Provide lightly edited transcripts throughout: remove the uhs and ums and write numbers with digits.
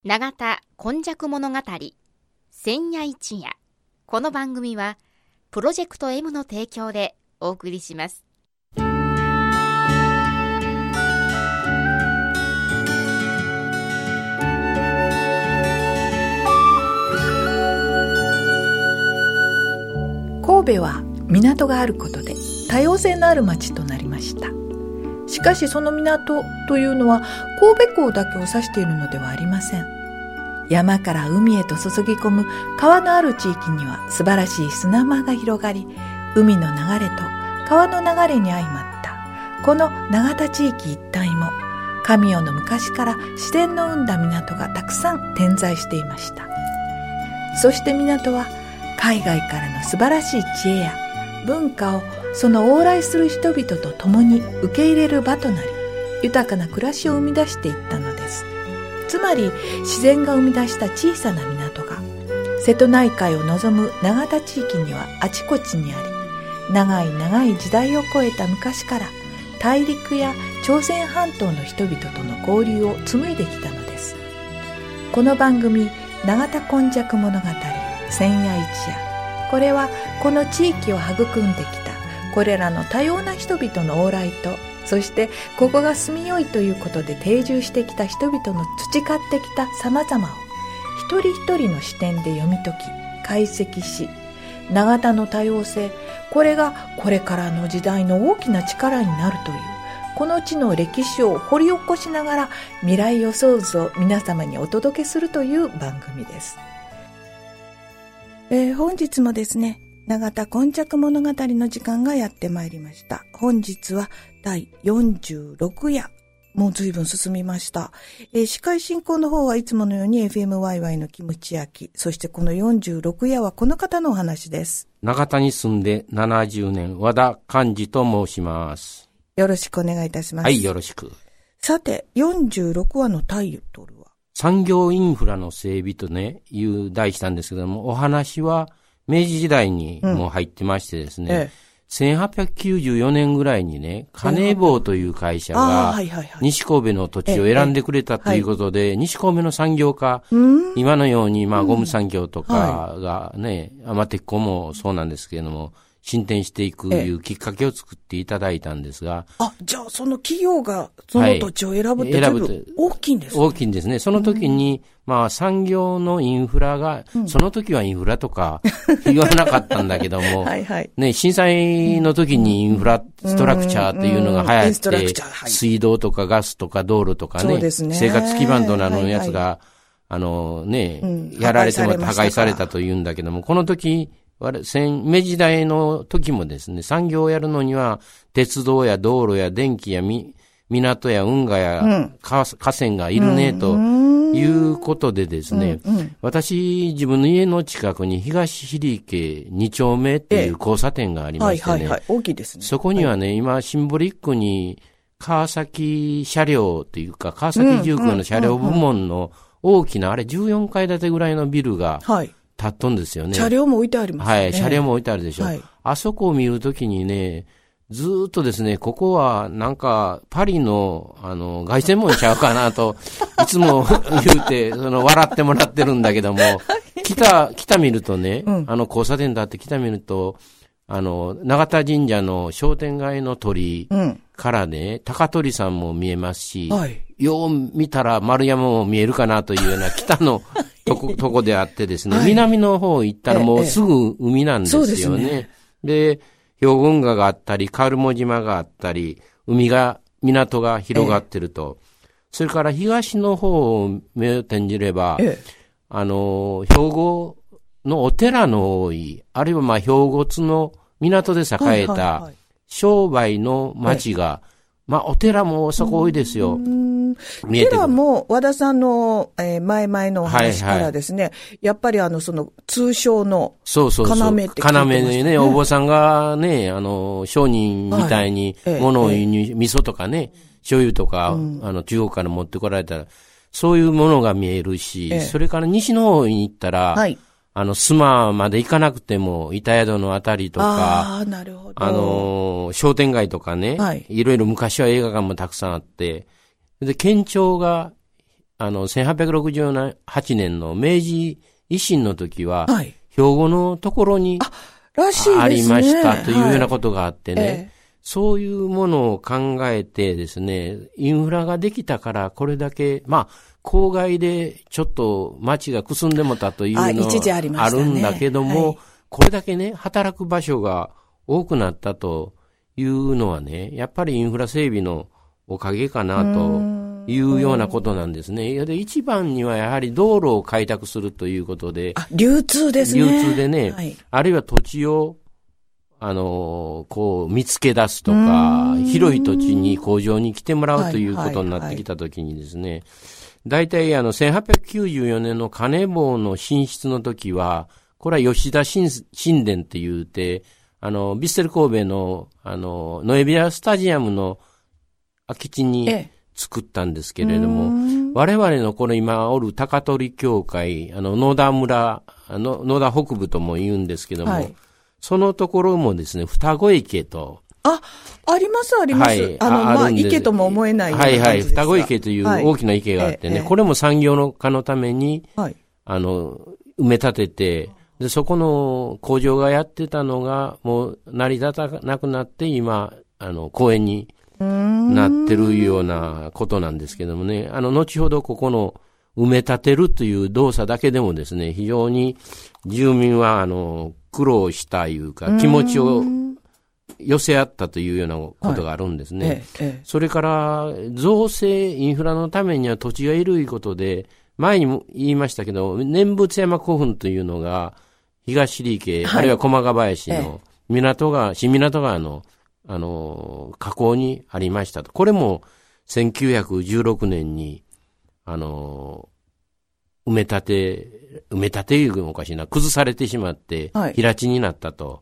永田今昔物語千夜一夜。この番組はプロジェクト M の提供でお送りします。 神戸は港があることで多様性のある町となりました。しかしその港というのは神戸港だけを指しているのではありません。山から海へと注ぎ込む川のある地域には素晴らしい砂間が広がり、海の流れと川の流れに相まったこの永田地域一帯も神代の昔から自然の生んだ港がたくさん点在していました。そして港は海外からの素晴らしい知恵や文化をその往来する人々と共に受け入れる場となり、豊かな暮らしを生み出していったのです。つまり自然が生み出した小さな港が瀬戸内海を望む永田地域にはあちこちにあり、長い長い時代を超えた昔から大陸や朝鮮半島の人々との交流を紡いできたのです。この番組永田今昔物語千夜一夜、これはこの地域を育んできたこれらの多様な人々の往来と、そしてここが住みよいということで定住してきた人々の培ってきた様々を一人一人の視点で読み解き解析し、永田の多様性、これがこれからの時代の大きな力になるというこの地の歴史を掘り起こしながら未来予想図を皆様にお届けするという番組です。本日もですね、永田今昔物語の時間がやってまいりました。本日は第46夜。もう随分進みました。司会進行の方はいつものように FMYY のキムチ焼き。そしてこの46夜はこの方のお話です。 永田に住んで70年、和田寛治と申します。 よろしくお願いいたします。 はい、よろしく。 さて、46話のタイトルは産業インフラの整備とね、いう題したんですけども、お話は明治時代にもう入ってましてですね、1894年ぐらいにね、金坊という会社が西神戸の土地を選んでくれたということで、西神戸の産業化、今のようにゴム産業とかがね、鉄鋼もそうなんですけれども、進展していくいうきっかけを作っていただいたんですが。 じゃあその企業がその土地を選ぶって全部大きいんですね。 大きいんですね。その時に、産業のインフラが、その時はインフラとか言わなかったんだけども、ね、震災の時にインフラストラクチャーというのが流行って、水道とかガスとか道路とかね、生活基盤となるやつが、やられても破壊されたというんだけども、この時、明治時代の時もですね、産業をやるのには、鉄道や道路や電気や港や運河や河川がいるね、ということでですね、私、自分の家の近くに東比家2丁目っていう交差点がありましてね、 大きいですね。 そこにはね、今、シンボリックに川崎車両というか、川崎重工の車両部門の大きな、あれ14階建てぐらいのビルが、立っとんですよね。 車両も置いてありますね。 はい、車両も置いてあるでしょ。あそこを見るときにね、ずーっとですね、ここはなんかパリの凱旋門ちゃうかなといつも言うて笑ってもらってるんだけども、北見るとね、交差点だって北見ると永田神社の商店街の鳥居からね、高鳥山も見えますし、よう見たら丸山も見えるかなというような北のとこであってですね、南の方行ったらもうすぐ海なんですよね。で、兵庫運河があったり、カルモ島があったり、港が広がってると。それから東の方を目を転じれば、兵庫のお寺の多い、あるいは兵庫津の港で栄えた商売の町が、お寺もそこ多いですよ。 寺も和田さんの、前々のお話からですね、やっぱりその通商の要って聞いてましたね。 要ね、お坊さんがね、商人みたいに物を輸入、味噌とかね、醤油とか、中国から持ってこられたら、そういうものが見えるし、それから西の方に行ったら、須磨まで行かなくても、板宿のあたりとか、 なるほど。 商店街とかね、いろいろ昔は映画館もたくさんあって、で、県庁が、 1868年の明治維新の時は、はい、兵庫のところにありましたというようなことがあってね、そういうものを考えてですね、インフラができたからこれだけ、まあ、郊外でちょっと街がくすんでもたというのはあるんだけども、はい、これだけね、働く場所が多くなったというのはね、やっぱりインフラ整備のおかげかなというようなことなんですね。で、一番にはやはり道路を開拓するということで、 流通ですね。 流通でね、はい、あるいは土地をこう見つけ出すとか、広い土地に工場に来てもらうということになってきたときにですね、大体1894年の金棒の進出の時は、これは吉田神殿って言うて、ビッセル神戸の、ノエビアスタジアムの空き地に作ったんですけれども、我々のこの今おる高取協会、野田村、野田北部とも言うんですけども、はい、そのところもですね、双子池と、 あります、あります。はい、池とも思えないような感じですが。はいはい、 双子池という大きな池があってね、これも産業化のために、はい、埋め立てて、で、そこの工場がやってたのが、もう成り立たなくなって、今、公園になってるようなことなんですけどもね、後ほどここの埋め立てるという動作だけでもですね、非常に住民は、苦労したいうか、気持ちを寄せ合ったというようなことがあるんですね。はい、それから、造成インフラのためには土地がいることで、前にも言いましたけど、念仏山古墳というのが、東里池、はい、あるいは駒ヶ林の新港川の、河口にありましたと。これも1916年に、埋め立ていうのおかしいな、崩されてしまって、平地になったと。はい、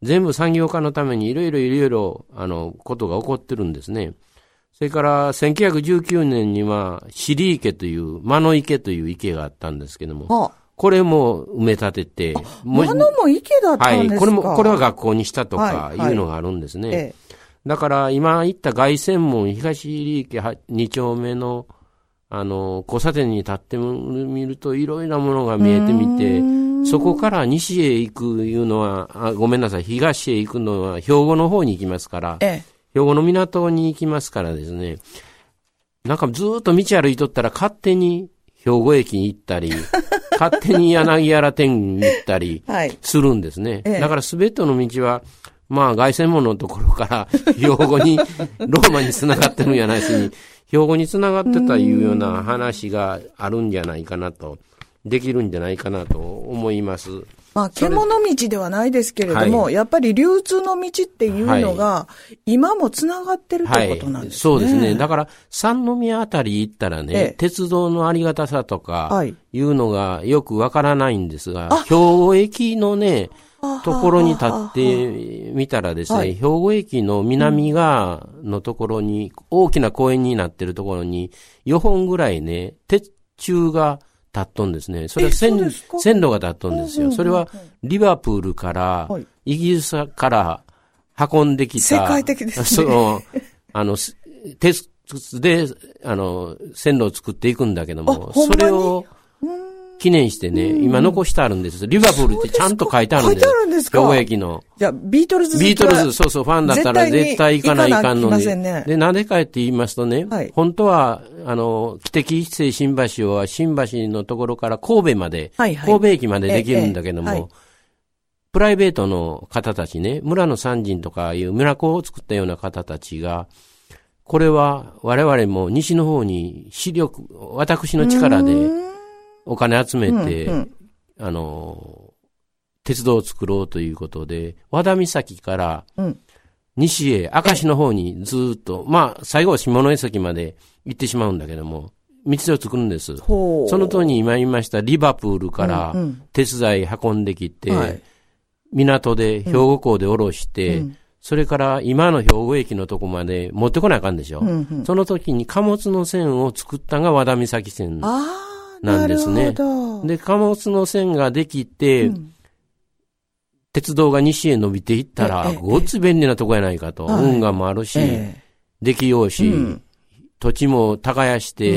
全部産業化のためにいろいろ、ことが起こってるんですね。それから、1919年には、尻池という、間の池という池があったんですけども、これも埋め立てて、 間のも池だったんですか？ はい、これは学校にしたとかいうのがあるんですね。はいはい、だから今言った凱旋門東入池2丁目の交差点に立ってみるといろいろなものが見えてみて、そこから西へ行くいうのは、ごめんなさい、東へ行くのは兵庫の方に行きますから、兵庫の港に行きますからですね、なんかずーっと道歩いとったら勝手に兵庫駅に行ったり、勝手に柳原店に行ったりするんですね。はい、だからすべての道は、まあ凱旋門のところから兵庫に、ローマに繋がってるんじゃないしに、兵庫に繋がってたいうような話があるんじゃないかなと、できるんじゃないかなと思います。 まあ、獣道ではないですけれども、はい、やっぱり流通の道っていうのが、はい、今もつながってるということなんですね。 そうですね。だから、三宮あたり行ったらね、鉄道のありがたさとか、いうのがよくわからないんですが、兵庫駅のね、ところに立ってみたらですね、兵庫駅の南側のところに、大きな公園になってるところに、4本ぐらいね、鉄柱が立っとんですね。それは線路が立っとんですよ。それはリバプールから、イギリスから運んできた、 世界的ですね。 鉄で、線路を作っていくんだけども、それを記念してね、今残してあるんです。リバプールってちゃんと書いてあるんです。 書いてあるんですか？ 兵庫駅の。 じゃあ、ビートルズ、 そうそう、ファンだったら絶対行かないかんので。で、なんでかって言いますとね、はい、本当は、汽笛一世新橋は新橋のところから神戸まで、はいはい、神戸駅までできるんだけども、はい、プライベートの方たちね、村野三人とかいう村子を作ったような方たちが、これは我々も西の方に私の力でお金集めて、鉄道を作ろうということで、和田岬から西へ、明石の方にずっと、まあ、最後は下関崎まで行ってしまうんだけども、道を作るんです。その通り今言いましたリバプールから鉄材運んできて、港で、兵庫港で下ろして、それから今の兵庫駅のとこまで持ってこなあかんでしょ。その時に貨物の線を作ったのが和田岬線なんですね。で、貨物の線ができて、鉄道が西へ伸びていったら、ごっつ便利なとこやないかと。運河もあるし、できようし、土地も耕して、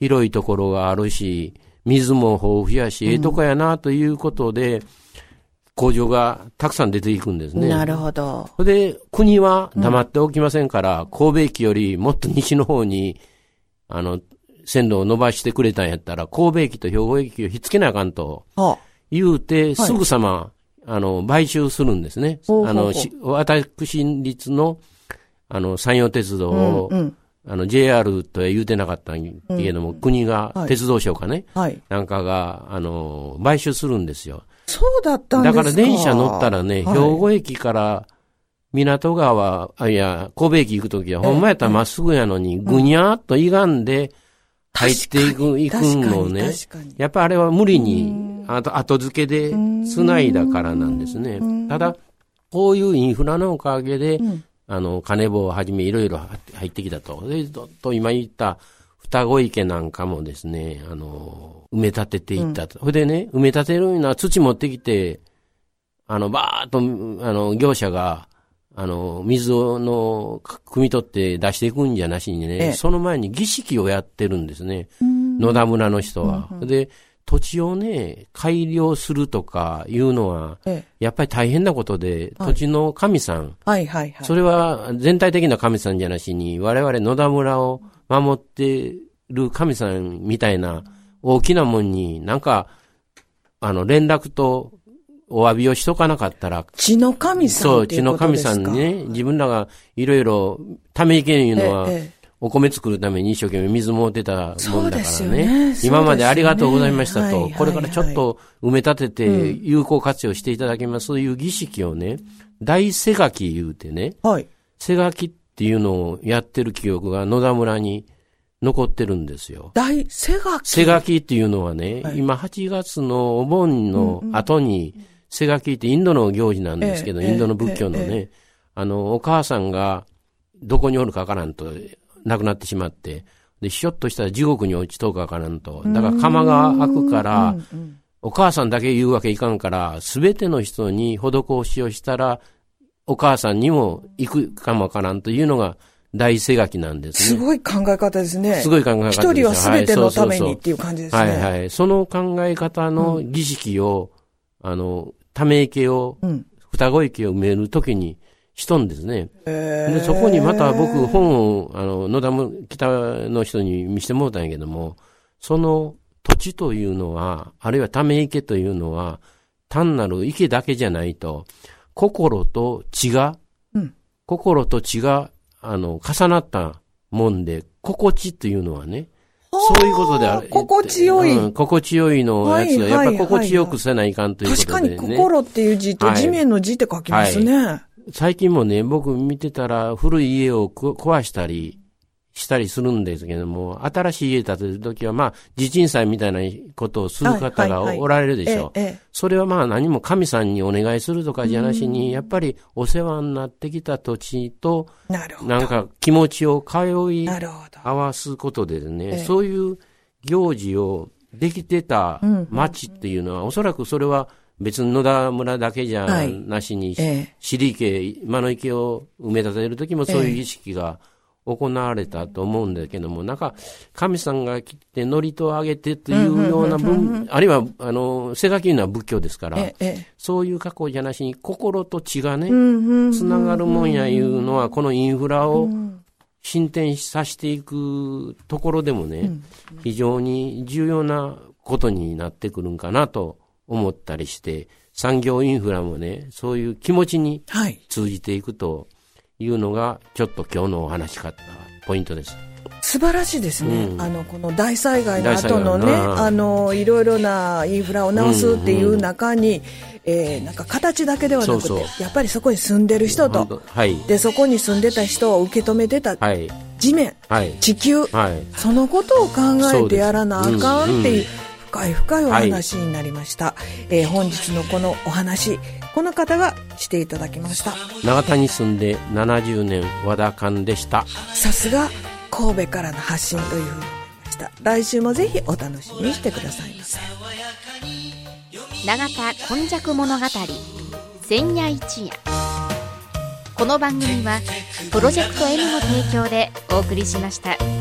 広いところがあるし、水も豊富やし、とこやなということで、工場がたくさん出ていくんですね。 なるほど。 で、国は黙っておきませんから、神戸駅よりもっと西の方に、線路を伸ばしてくれたんやったら、神戸駅と兵庫駅をひっつけなあかんと、言うて、すぐさま、買収するんですね。私立の、山陽鉄道を、JR とは言うてなかったんけども、国が、鉄道省かね、なんかが、買収するんですよ。 そうだったんですか。 だから電車乗ったらね、兵庫駅から港川、神戸駅行くときは、ほんまやったらまっすぐやのに、ぐにゃーっと歪んで入っていくのをね、やっぱりあれは無理に、後付けで繋いだからなんですね。ただ、こういうインフラのおかげで、金棒をはじめいろいろ入ってきたと。で、今言った双子池なんかもですね、埋め立てていったと。それでね、埋め立てるような土持ってきて、バーっと、業者が、水を汲み取って出していくんじゃなしにね、その前に儀式をやってるんですね。野田村の人は。で、土地をね、改良するとかいうのは、やっぱり大変なことで、土地の神さん、それは全体的な神さんじゃなしに、我々野田村を守ってる神さんみたいな大きなもんになんか、連絡とお詫びをしとかなかったら、 地の神さんっていうことですか。 そう、地の神さんにね、自分らがいろいろため池いうのは、お米作るために一生懸命水も出たもんだからね。今までありがとうございましたと、これからちょっと埋め立てて有効活用していただきますという儀式をね、大瀬垣言うてね、瀬垣っていうのをやってる記憶が野田村に残ってるんですよ。 大瀬垣瀬垣っていうのはね、今8月のお盆の後に、瀬垣ってインドの行事なんですけど、インドの仏教のね、お母さんがどこにおるかわからんと、亡くなってしまって、で、ひょっとしたら地獄に落ちとうかわからんと。だから釜が開くから、お母さんだけ言うわけいかんから、すべての人に施しをしたら、お母さんにも行くかもわからんというのが大瀬垣なんですね。 すごい考え方ですね。 すごい考え方です。 一人はすべてのためにっていう感じですね。 その考え方の儀式を、ため池を、双子池を埋めるときに、しとんですね。で、そこにまた僕本を、野田北の人に見せてもらったんやけども、その土地というのは、あるいはため池というのは、単なる池だけじゃないと、心と血が重なったもんで、心地というのはね、そういうことである。 心地よい。 心地よいのやつを、やっぱり心地よくせないかんということで、ね。 確かに心っていう字と地面の字って書きますね。 最近もね、僕見てたら古い家を壊したりしたりするんですけども、新しい家建てるときは地鎮祭みたいなことをする方がおられるでしょう。それは何も神さんにお願いするとかじゃなしに、やっぱりお世話になってきた土地と、なんか気持ちを通い合わすことでね、そういう行事をできてた町っていうのは、おそらくそれは別に野田村だけじゃなしに、尻池、間の池を埋め立てるときもそういう儀式が行われたと思うんだけども、なんか神さんが来て祝詞をあげてというようなあるいは瀬垣というのは仏教ですから、そういう格好じゃなしに心と血がね、つながるもんやいうのは、このインフラを進展させていくところでもね、非常に重要なことになってくるんかなと思ったりして、産業インフラもね、そういう気持ちに通じていくというのが、ちょっと今日のお話し方ポイントです。 素晴らしいですね。この大災害の後のね、いろいろなインフラを直すっていう中に、なんか形だけではなくて、やっぱりそこに住んでる人と、で、そこに住んでた人を受け止めてた地面、地球、そのことを考えてやらなあかんっていう、深いお話になりました。本日のこのお話、この方がしていただきました。 長田に住んで70年、和田勘でした。 さすが神戸からの発信というふうに思いました。来週もぜひお楽しみにしてくださいませ。 永田今昔物語千夜一夜。この番組はプロジェクト M の提供でお送りしました。